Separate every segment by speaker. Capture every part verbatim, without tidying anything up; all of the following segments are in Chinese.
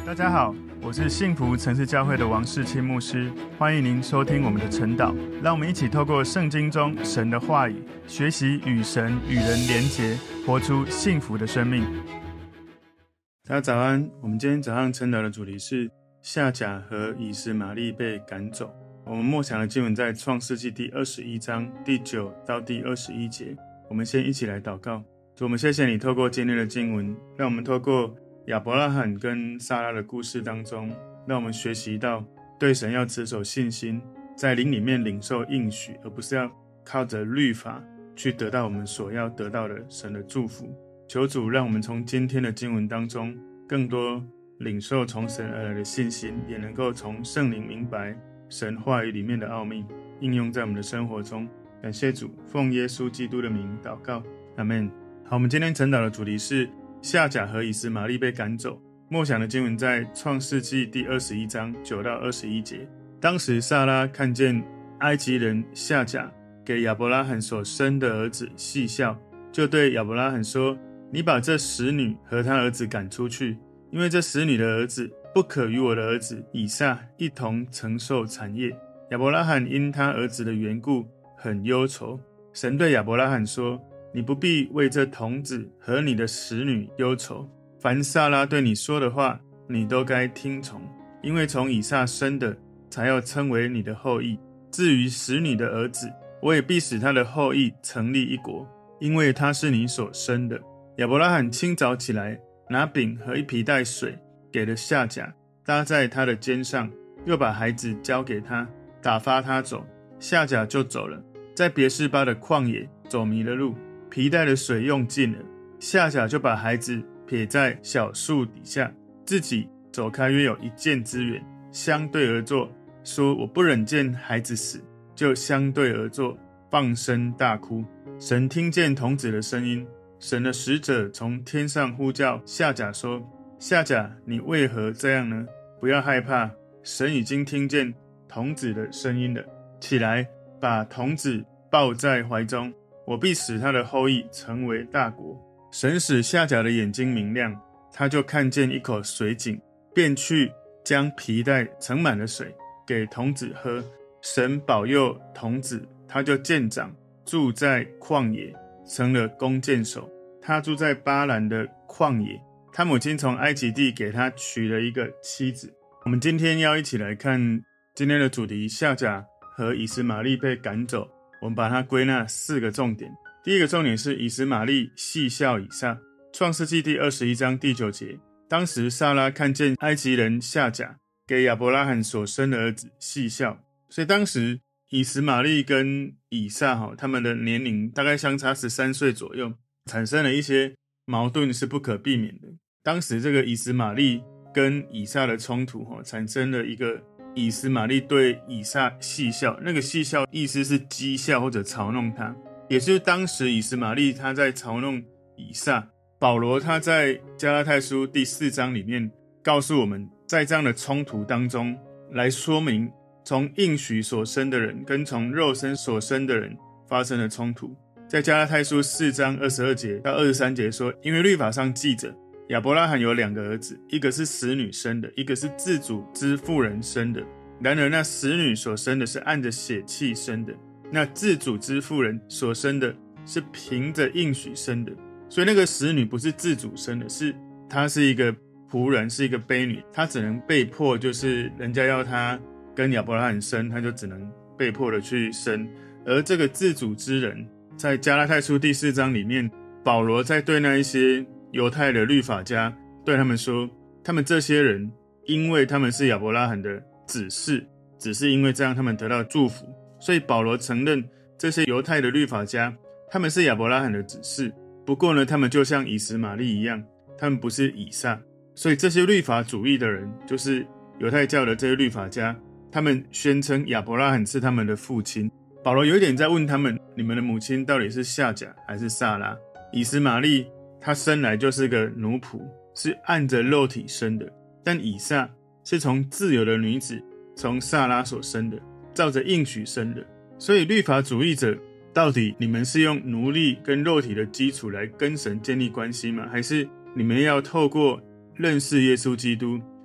Speaker 1: 大家好，我是幸福城市教会的王世清牧师，欢迎您收听我们的晨祷。让我们一起透过圣经中神的话语，学习与神与人连结，活出幸福的生命。大家早安，我们今天早上晨祷的主题是夏甲和以实玛利被赶走。我们默想的经文在创世纪第二十一章第九到第二十一节。我们先一起来祷告。主，我们谢谢你透过今天的经文，让我们透过亚伯拉罕跟撒拉的故事当中，让我们学习到对神要持守信心，在灵里面领受应许，而不是要靠着律法去得到我们所要得到的神的祝福。求主让我们从今天的经文当中更多领受从神而来的信心，也能够从圣灵明白神话语里面的奥秘，应用在我们的生活中。感谢主，奉耶稣基督的名祷告，阿们。好，我们今天晨祷的主题是夏甲和以实玛利被赶走。默想的经文在创世纪第二十一章九到二十一节。当时撒拉看见埃及人夏甲给亚伯拉罕所生的儿子戏笑，就对亚伯拉罕说：你把这使女和他儿子赶出去，因为这使女的儿子不可与我的儿子以撒一同承受产业。亚伯拉罕因他儿子的缘故很忧愁。神对亚伯拉罕说：你不必为这童子和你的使女忧愁，凡撒拉对你说的话，你都该听从，因为从以撒生的才要称为你的后裔。至于使女的儿子，我也必使他的后裔成立一国，因为他是你所生的。亚伯拉罕清早起来，拿饼和一皮带水给了夏甲，搭在他的肩上，又把孩子交给他，打发他走。夏甲就走了，在别是巴的旷野走迷了路，皮带的水用尽了，夏甲就把孩子撇在小树底下，自己走开约有一箭之远，相对而坐，说：我不忍见孩子死，就相对而坐，放声大哭。神听见童子的声音，神的使者从天上呼叫夏甲说：夏甲，你为何这样呢？不要害怕，神已经听见童子的声音了。起来，把童子抱在怀中，我必使他的后裔成为大国。神使夏甲的眼睛明亮，他就看见一口水井，便去将皮带盛满了水给童子喝。神保佑童子，他就渐长，住在旷野，成了弓箭手。他住在巴兰的旷野，他母亲从埃及地给他娶了一个妻子。我们今天要一起来看今天的主题，夏甲和以实玛利被赶走。我们把它归纳四个重点。第一个重点是以实玛利戏笑以撒。创世纪第二十一章第九节，当时撒拉看见埃及人夏甲给亚伯拉罕所生的儿子戏笑。所以当时以实玛利跟以撒他们的年龄大概相差十三岁左右，产生了一些矛盾是不可避免的。当时这个以实玛利跟以撒的冲突产生了一个以实玛利对以撒戏笑，那个戏笑意思是讥笑或者嘲弄他，也就是当时以实玛利他在嘲弄以撒。保罗他在加拉太书第四章里面告诉我们，在这样的冲突当中来说明从应许所生的人跟从肉身所生的人发生了冲突。在加拉太书四章二十二节到二十三节说，因为律法上记着亚伯拉罕有两个儿子，一个是使女生的，一个是自主之妇人生的。然而那使女所生的是按着血气生的，那自主之妇人所生的是凭着应许生的。所以那个使女不是自主生的，是她是一个仆人，是一个婢女，她只能被迫，就是人家要她跟亚伯拉罕生，她就只能被迫的去生。而这个自主之人，在加拉太书第四章里面，保罗在对那一些犹太的律法家对他们说，他们这些人因为他们是亚伯拉罕的子嗣，只是因为这样他们得到祝福。所以保罗承认这些犹太的律法家他们是亚伯拉罕的子嗣，不过呢，他们就像以实玛利一样，他们不是以撒。所以这些律法主义的人，就是犹太教的这些律法家，他们宣称亚伯拉罕是他们的父亲。保罗有一点在问他们，你们的母亲到底是夏甲还是撒拉？以实玛利他生来就是个奴仆，是按着肉体生的，但以撒是从自由的女子，从撒拉所生的，照着应许生的。所以律法主义者，到底你们是用奴隶跟肉体的基础来跟神建立关系吗？还是你们要透过认识耶稣基督，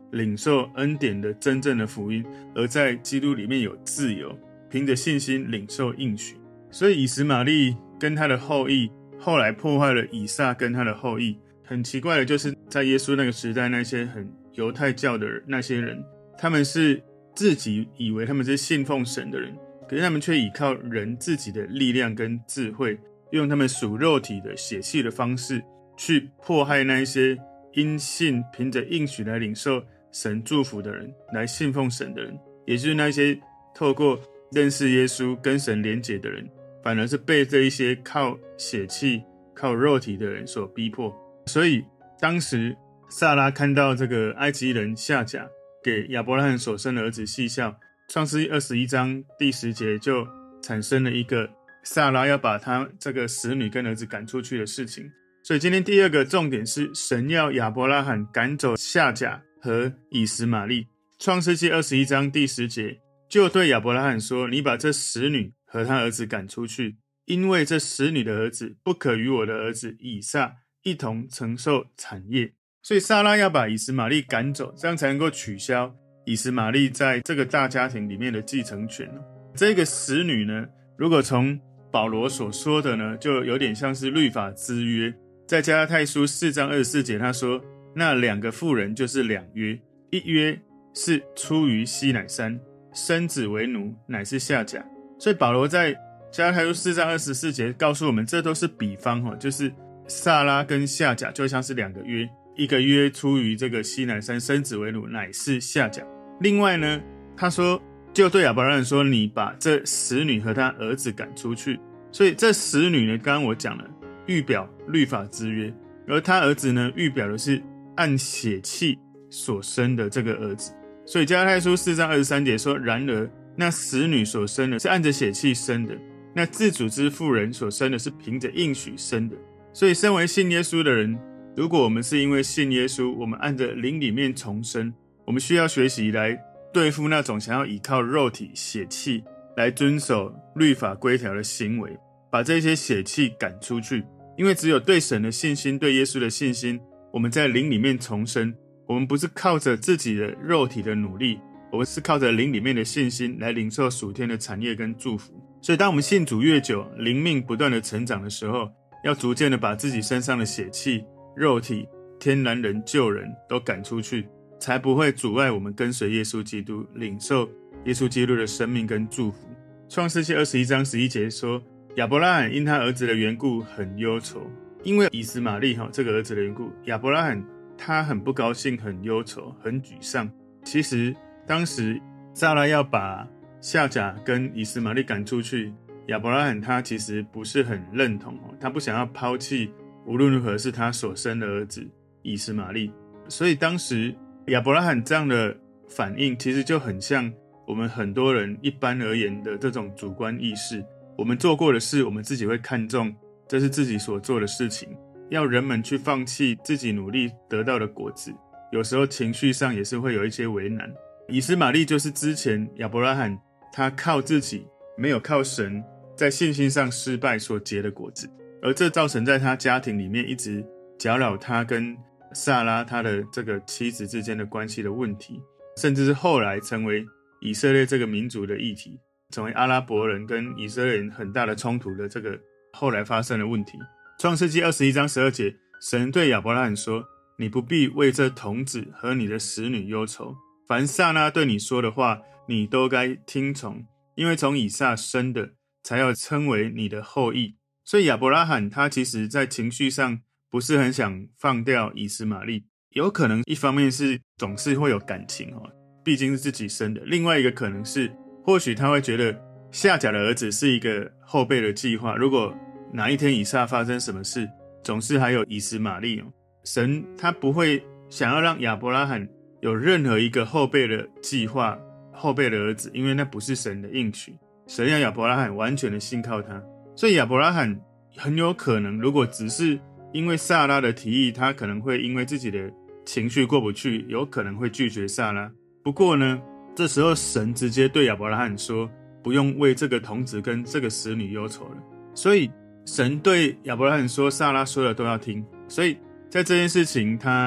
Speaker 1: 领受恩典的真正的福音，而在基督里面有自由，凭着信心领受应许。所以以实玛利跟他的后裔后来破坏了以撒跟他的后裔。很奇怪的就是在耶稣那个时代，那些很犹太教的人，那些人他们是自己以为他们是信奉神的人，可是他们却倚靠人自己的力量跟智慧，用他们属肉体的血气的方式去迫害那一些因信凭着应许来领受神祝福的人，来信奉神的人，也就是那些透过认识耶稣跟神连结的人，反而是被这一些靠血气靠肉体的人所逼迫。所以当时撒拉看到这个埃及人夏甲给亚伯拉罕所生的儿子细笑，创世记二十一章第十节就产生了一个撒拉要把他这个使女跟儿子赶出去的事情。所以今天第二个重点是神要亚伯拉罕赶走夏甲和以实玛利。创世记二十一章第十节就对亚伯拉罕说，你把这使女和他儿子赶出去，因为这使女的儿子不可与我的儿子以撒一同承受产业。所以撒拉要把以实玛利赶走，这样才能够取消以实玛利在这个大家庭里面的继承权。这个使女呢，如果从保罗所说的呢，就有点像是律法之约。在加拉太书四章二十四节他说，那两个妇人就是两约，一约是出于西乃山，生子为奴，乃是夏甲。所以保罗在加拉太书四章二十四节告诉我们，这都是比方，就是撒拉跟夏甲就像是两个约，一个约出于这个西乃山，生子为奴，乃是夏甲。另外呢，他说就对亚伯拉罕说，你把这使女和他儿子赶出去。所以这使女呢，刚刚我讲了，预表律法之约，而他儿子呢，预表的是按血气所生的这个儿子。所以加拉太书四章二十三节说，然而那使女所生的是按着血气生的，那自主之妇人所生的是凭着应许生的。所以身为信耶稣的人，如果我们是因为信耶稣，我们按着灵里面重生，我们需要学习来对付那种想要依靠肉体血气来遵守律法规条的行为，把这些血气赶出去。因为只有对神的信心，对耶稣的信心，我们在灵里面重生，我们不是靠着自己的肉体的努力，我们是靠着灵里面的信心来领受属天的产业跟祝福。所以当我们信主越久，灵命不断的成长的时候，要逐渐的把自己身上的血气、肉体、天然人、旧人都赶出去，才不会阻碍我们跟随耶稣基督，领受耶稣基督的生命跟祝福。创世记二十一章十一节说，亚伯拉罕因他儿子的缘故很忧愁，因为以实玛利这个儿子的缘故，亚伯拉罕他很不高兴，很忧愁，很沮丧。其实当时撒拉要把夏甲跟以实玛利赶出去，亚伯拉罕他其实不是很认同，他不想要抛弃无论如何是他所生的儿子以实玛利。所以当时亚伯拉罕这样的反应，其实就很像我们很多人一般而言的这种主观意识。我们做过的事，我们自己会看重，这是自己所做的事情，要人们去放弃自己努力得到的果子，有时候情绪上也是会有一些为难。以实玛利就是之前亚伯拉罕他靠自己，没有靠神，在信心上失败所结的果子，而这造成在他家庭里面一直搅扰他跟撒拉他的这个妻子之间的关系的问题，甚至是后来成为以色列这个民族的议题，成为阿拉伯人跟以色列人很大的冲突的这个后来发生的问题。创世纪二十一章十二节，神对亚伯拉罕说，你不必为这童子和你的使女忧愁，凡撒拉对你说的话，你都该听从，因为从以撒生的才要称为你的后裔。所以亚伯拉罕他其实在情绪上不是很想放掉以实玛利，有可能一方面是总是会有感情，毕竟是自己生的，另外一个可能是或许他会觉得夏甲的儿子是一个后备的计划，如果哪一天以撒发生什么事，总是还有以实玛利。神他不会想要让亚伯拉罕有任何一个后备的计划，后备的儿子，因为那不是神的应许。神要亚伯拉罕完全的信靠他，所以亚伯拉罕很有可能，如果只是因为撒拉的提议，他可能会因为自己的情绪过不去，有可能会拒绝撒拉。不过呢，这时候神直接对亚伯拉罕说，不用为这个童子跟这个使女忧愁了。所以神对亚伯拉罕说，撒拉说的都要听。所以在这件事情，他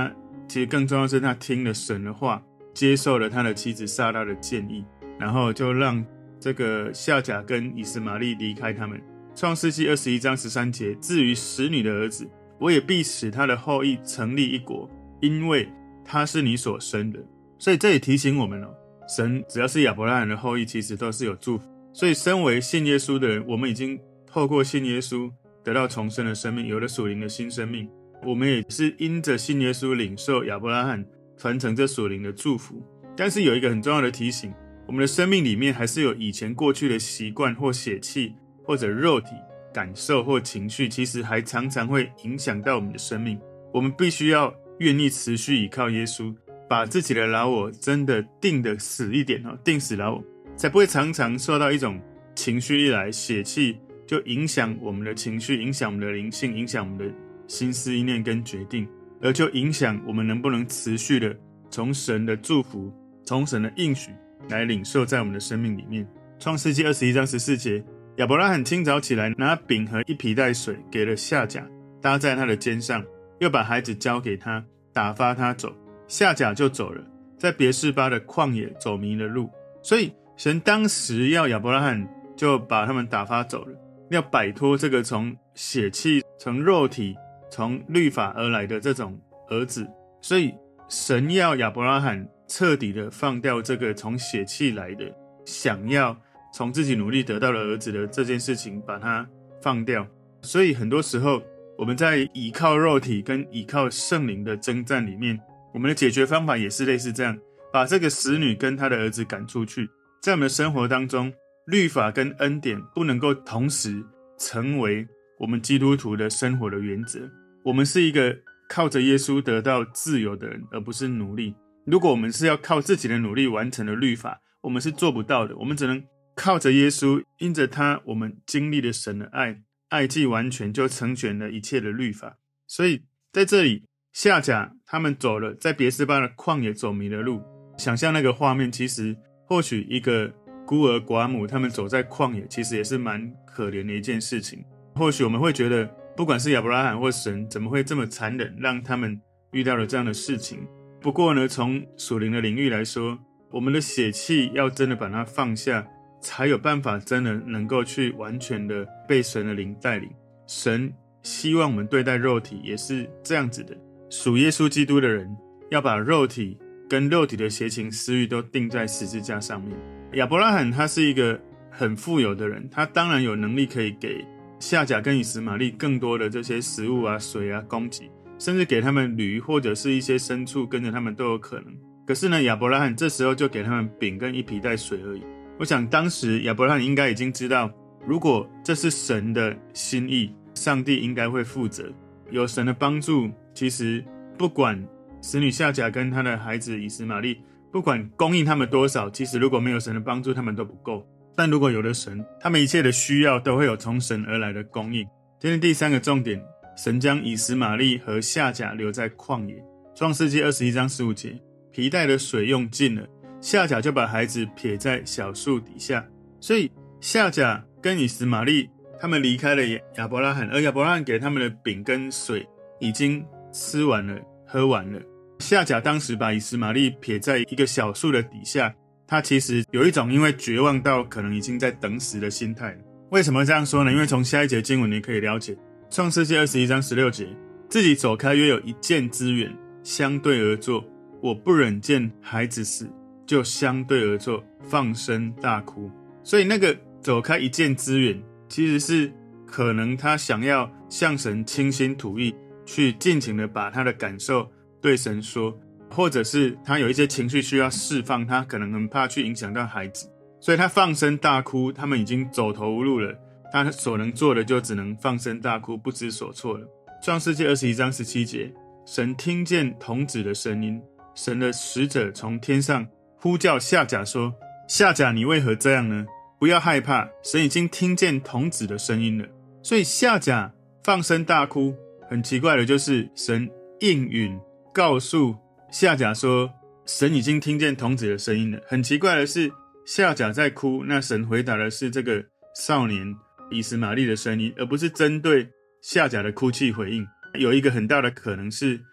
Speaker 1: 其实更重要的是他听了神的话，接受了他的妻子撒拉的建议，然后就让这个夏甲跟以实玛利离开他们。创世纪二十一章十三节，至于使女的儿子，我也必使他的后裔成立一国，因为他是你所生的。所以这也提醒我们哦，神只要是亚伯拉罕的后裔，其实都是有祝福。所以身为信耶稣的人，我们已经透过信耶稣得到重生的生命，有了属灵的新生命。我们也是因着信耶稣领受亚伯拉罕传承这属灵的祝福。但是有一个很重要的提醒，我们的生命里面还是有以前过去的习惯或血气或者肉体感受或情绪，其实还常常会影响到我们的生命。我们必须要愿意持续依靠耶稣，把自己的老我真的定得死一点，定死老我，才不会常常受到一种情绪一来，血气就影响我们的情绪，影响我们的灵性，影响我们的心思意念跟决定，而就影响我们能不能持续的从神的祝福，从神的应许来领受在我们的生命里面。创世纪二十一章十四节，亚伯拉罕清早起来，拿饼和一皮带水给了夏甲，搭在他的肩上，又把孩子交给他，打发他走。夏甲就走了，在别是巴的旷野走迷了路。所以神当时要亚伯拉罕就把他们打发走了，要摆脱这个从血气、从肉体、从律法而来的这种儿子。所以神要亚伯拉罕彻底的放掉这个从血气来的想要从自己努力得到的儿子的这件事情，把它放掉。所以很多时候我们在倚靠肉体跟倚靠圣灵的征战里面，我们的解决方法也是类似这样，把这个使女跟她的儿子赶出去。在我们的生活当中，律法跟恩典不能够同时成为我们基督徒的生活的原则。我们是一个靠着耶稣得到自由的人，而不是奴隶。如果我们是要靠自己的努力完成了律法，我们是做不到的。我们只能靠着耶稣，因着他我们经历了神的爱，爱既完全就成全了一切的律法。所以在这里夏甲他们走了，在别是巴的旷野走迷了路。想象那个画面，其实或许一个孤儿寡母他们走在旷野，其实也是蛮可怜的一件事情。或许我们会觉得不管是亚伯拉罕或神怎么会这么残忍，让他们遇到了这样的事情。不过呢，从属灵的领域来说，我们的血气要真的把它放下，才有办法真的能够去完全的被神的灵带领。神希望我们对待肉体也是这样子的，属耶稣基督的人要把肉体跟肉体的邪情私欲都钉在十字架上面。亚伯拉罕他是一个很富有的人，他当然有能力可以给夏甲跟以实玛利更多的这些食物啊、水啊、供给，甚至给他们驴或者是一些牲畜跟着他们都有可能。可是呢，亚伯拉罕这时候就给他们饼跟一皮带水而已。我想当时亚伯拉罕应该已经知道，如果这是神的心意，上帝应该会负责。有神的帮助，其实不管使女夏甲跟她的孩子以实玛利，不管供应他们多少，其实如果没有神的帮助，他们都不够。但如果有了神，他们一切的需要都会有从神而来的供应。今天第三个重点，神将以实玛利和夏甲留在旷野。创世纪二十一章十五节，皮带的水用尽了，夏甲就把孩子撇在小树底下。所以夏甲跟以实玛利他们离开了亚伯拉罕，而亚伯拉罕给他们的饼跟水已经吃完了喝完了。夏甲当时把以实玛利撇在一个小树的底下，他其实有一种因为绝望到可能已经在等死的心态了。为什么这样说呢？因为从下一节经文你可以了解，创世纪二十一章十六节，自己走开约有一箭之远，相对而坐，我不忍见孩子死，就相对而坐，放声大哭。所以那个走开一箭之远，其实是可能他想要向神倾心吐意，去尽情的把他的感受对神说，或者是他有一些情绪需要释放，他可能很怕去影响到孩子，所以他放声大哭。他们已经走投无路了，他所能做的就只能放声大哭，不知所措了。创世纪二十一章十七节，神听见童子的声音，神的使者从天上呼叫夏甲说，夏甲，你为何这样呢？不要害怕，神已经听见童子的声音了。所以夏甲放声大哭，很奇怪的就是神应允告诉夏甲说，神已经听见童子的声音了。很奇怪的是，夏甲在哭，那神回答的是这个少年以实玛利的声音，而不是针对夏甲的哭泣回应。有一个很大的可能是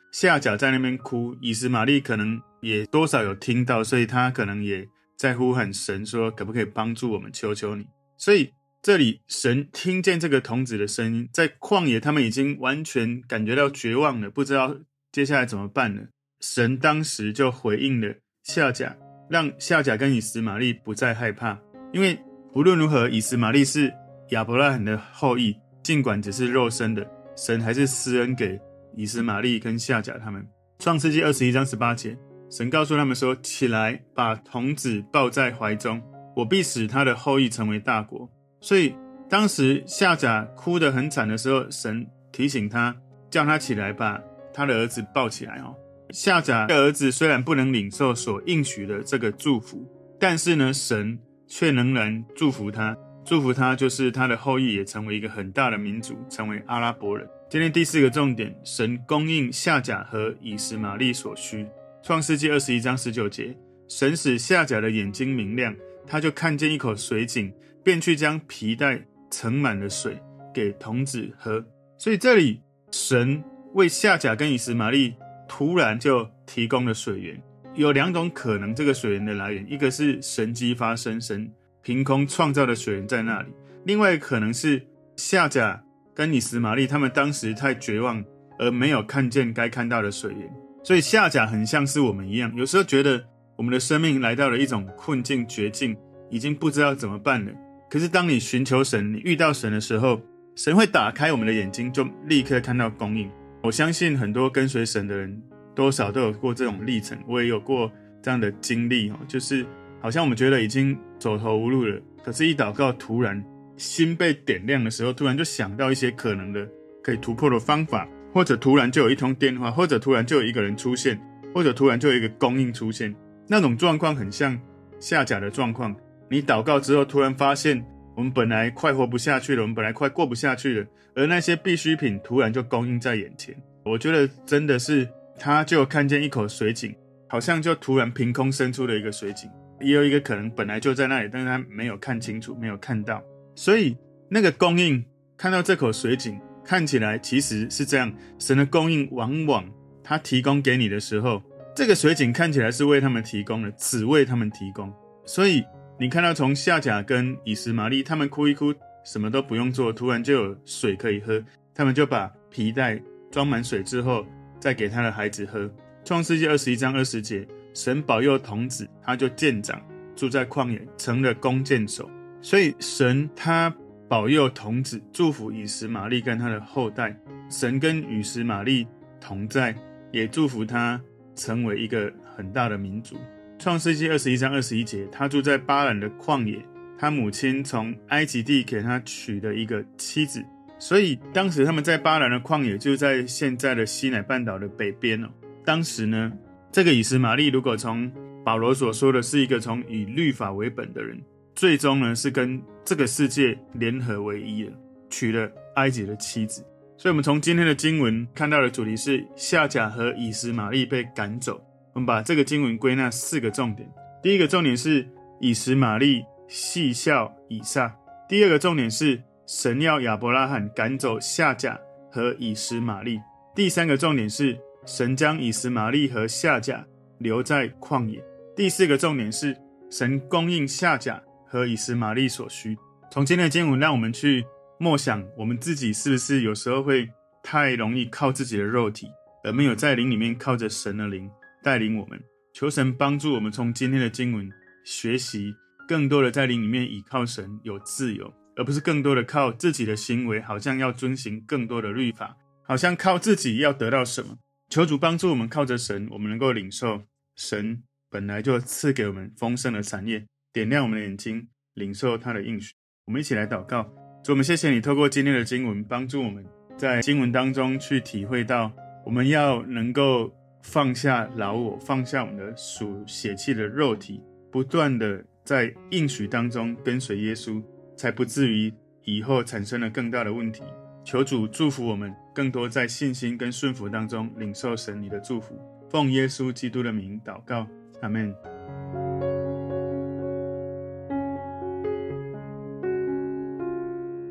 Speaker 1: 夏甲在那边哭，以实玛利可能也多少有听到，所以他可能也在呼喊神说，可不可以帮助我们，求求你。所以这里神听见这个童子的声音，在旷野他们已经完全感觉到绝望了，不知道接下来怎么办了。神当时就回应了夏甲，让夏甲跟以实玛利不再害怕，因为无论如何以实玛利是亚伯拉罕的后裔，尽管只是肉身的，神还是施恩给以实玛利跟夏甲他们。创世纪二十一章十八节，神告诉他们说，起来，把童子抱在怀中，我必使他的后裔成为大国。所以当时夏甲哭得很惨的时候，神提醒他，叫他起来把他的儿子抱起来。夏甲的儿子虽然不能领受所应许的这个祝福，但是呢，神却仍然祝福他，祝福他就是他的后裔也成为一个很大的民族，成为阿拉伯人。今天第四个重点，神供应夏甲和以实玛利所需。创世纪二十一章十九节，神使夏甲的眼睛明亮，他就看见一口水井，便去将皮带盛满了水给童子喝。所以这里神为夏甲跟以实玛利突然就提供了水源。有两种可能这个水源的来源，一个是神迹发生，神凭空创造的水源在那里，另外一个可能是夏甲跟以实玛利他们当时太绝望而没有看见该看到的水源。所以夏甲很像是我们一样，有时候觉得我们的生命来到了一种困境绝境，已经不知道怎么办了。可是当你寻求神，你遇到神的时候，神会打开我们的眼睛，就立刻看到供应。我相信很多跟随神的人多少都有过这种历程，我也有过这样的经历，就是好像我们觉得已经走投无路了，可是一祷告，突然心被点亮的时候，突然就想到一些可能的可以突破的方法，或者突然就有一通电话，或者突然就有一个人出现，或者突然就有一个供应出现。那种状况很像夏甲的状况，你祷告之后突然发现我们本来快活不下去了，我们本来快过不下去了，而那些必需品突然就供应在眼前。我觉得真的是他就看见一口水井，好像就突然凭空生出了一个水井。也有一个可能本来就在那里，但是他没有看清楚，没有看到。所以那个供应，看到这口水井，看起来其实是这样，神的供应往往他提供给你的时候，这个水井看起来是为他们提供的，只为他们提供。所以你看到从夏甲跟以实玛利他们哭一哭，什么都不用做，突然就有水可以喝，他们就把皮带装满水之后再给他的孩子喝。创世纪二十一章二十节，神保佑童子，他就渐长，住在旷野，成了弓箭手。所以神他保佑童子，祝福以实玛利跟他的后代。神跟以实玛利同在，也祝福他成为一个很大的民族。创世纪二十一章二十一节，他住在巴兰的旷野，他母亲从埃及地给他娶了一个妻子。所以当时他们在巴兰的旷野，就在现在的西乃半岛的北边哦。当时呢，这个以实玛利如果从保罗所说的是一个从以律法为本的人，最终呢是跟这个世界联合为一了，娶了埃及的妻子。所以我们从今天的经文看到的主题是夏甲和以实玛利被赶走。我们把这个经文归纳四个重点。第一个重点是以实玛利戏笑以撒。第二个重点是神要亚伯拉罕赶走夏甲和以实玛利。第三个重点是神将以实玛利和夏甲留在旷野。第四个重点是神供应夏甲和以实玛利所需。从今天的经文让我们去默想，我们自己是不是有时候会太容易靠自己的肉体，而没有在灵里面靠着神的灵带领我们。求神帮助我们从今天的经文学习更多的在灵里面倚靠神，有自由，而不是更多的靠自己的行为，好像要遵行更多的律法，好像靠自己要得到什么。求主帮助我们靠着神，我们能够领受神本来就赐给我们丰盛的产业，点亮我们的眼睛，领受他的应许。我们一起来祷告。主，我们谢谢你透过今天的经文帮助我们在经文当中去体会到，我们要能够放下老我，放下我们的属血气的肉体，不断的在应许当中跟随耶稣，才不至于以后产生了更大的问题。求主祝福我们更多在信心跟顺服当中领受神你的祝福。奉耶稣基督的名祷告，阿们。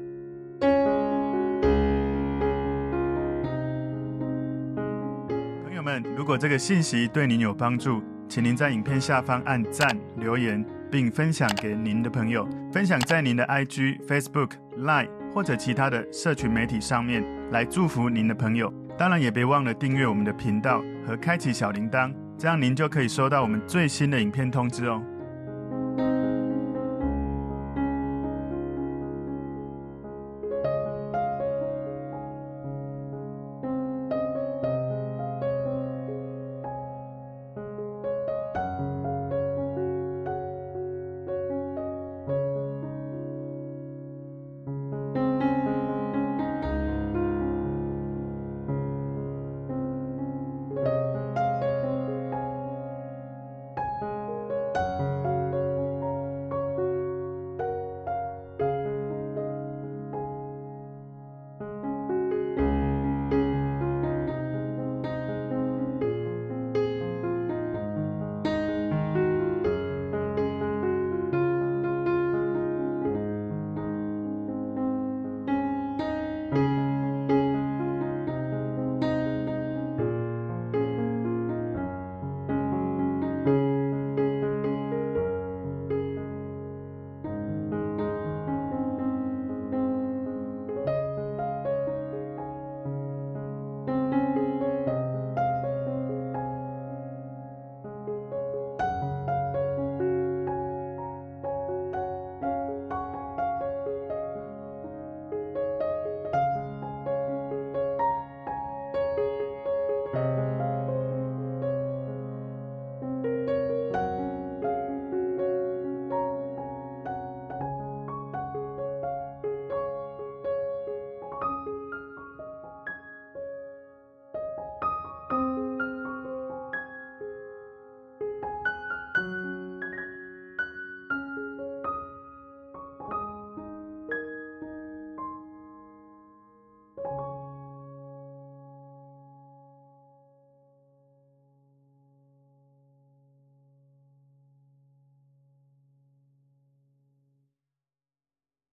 Speaker 1: 朋果这个信息对您有帮助，请您在影片下方按赞、留言，并分享给您的朋友，分享在您的 I G、Facebook、Line 或者其他的社群媒体上面，来祝福您的朋友。当然也别忘了订阅我们的频道和开启小铃铛，这样您就可以收到我们最新的影片通知哦。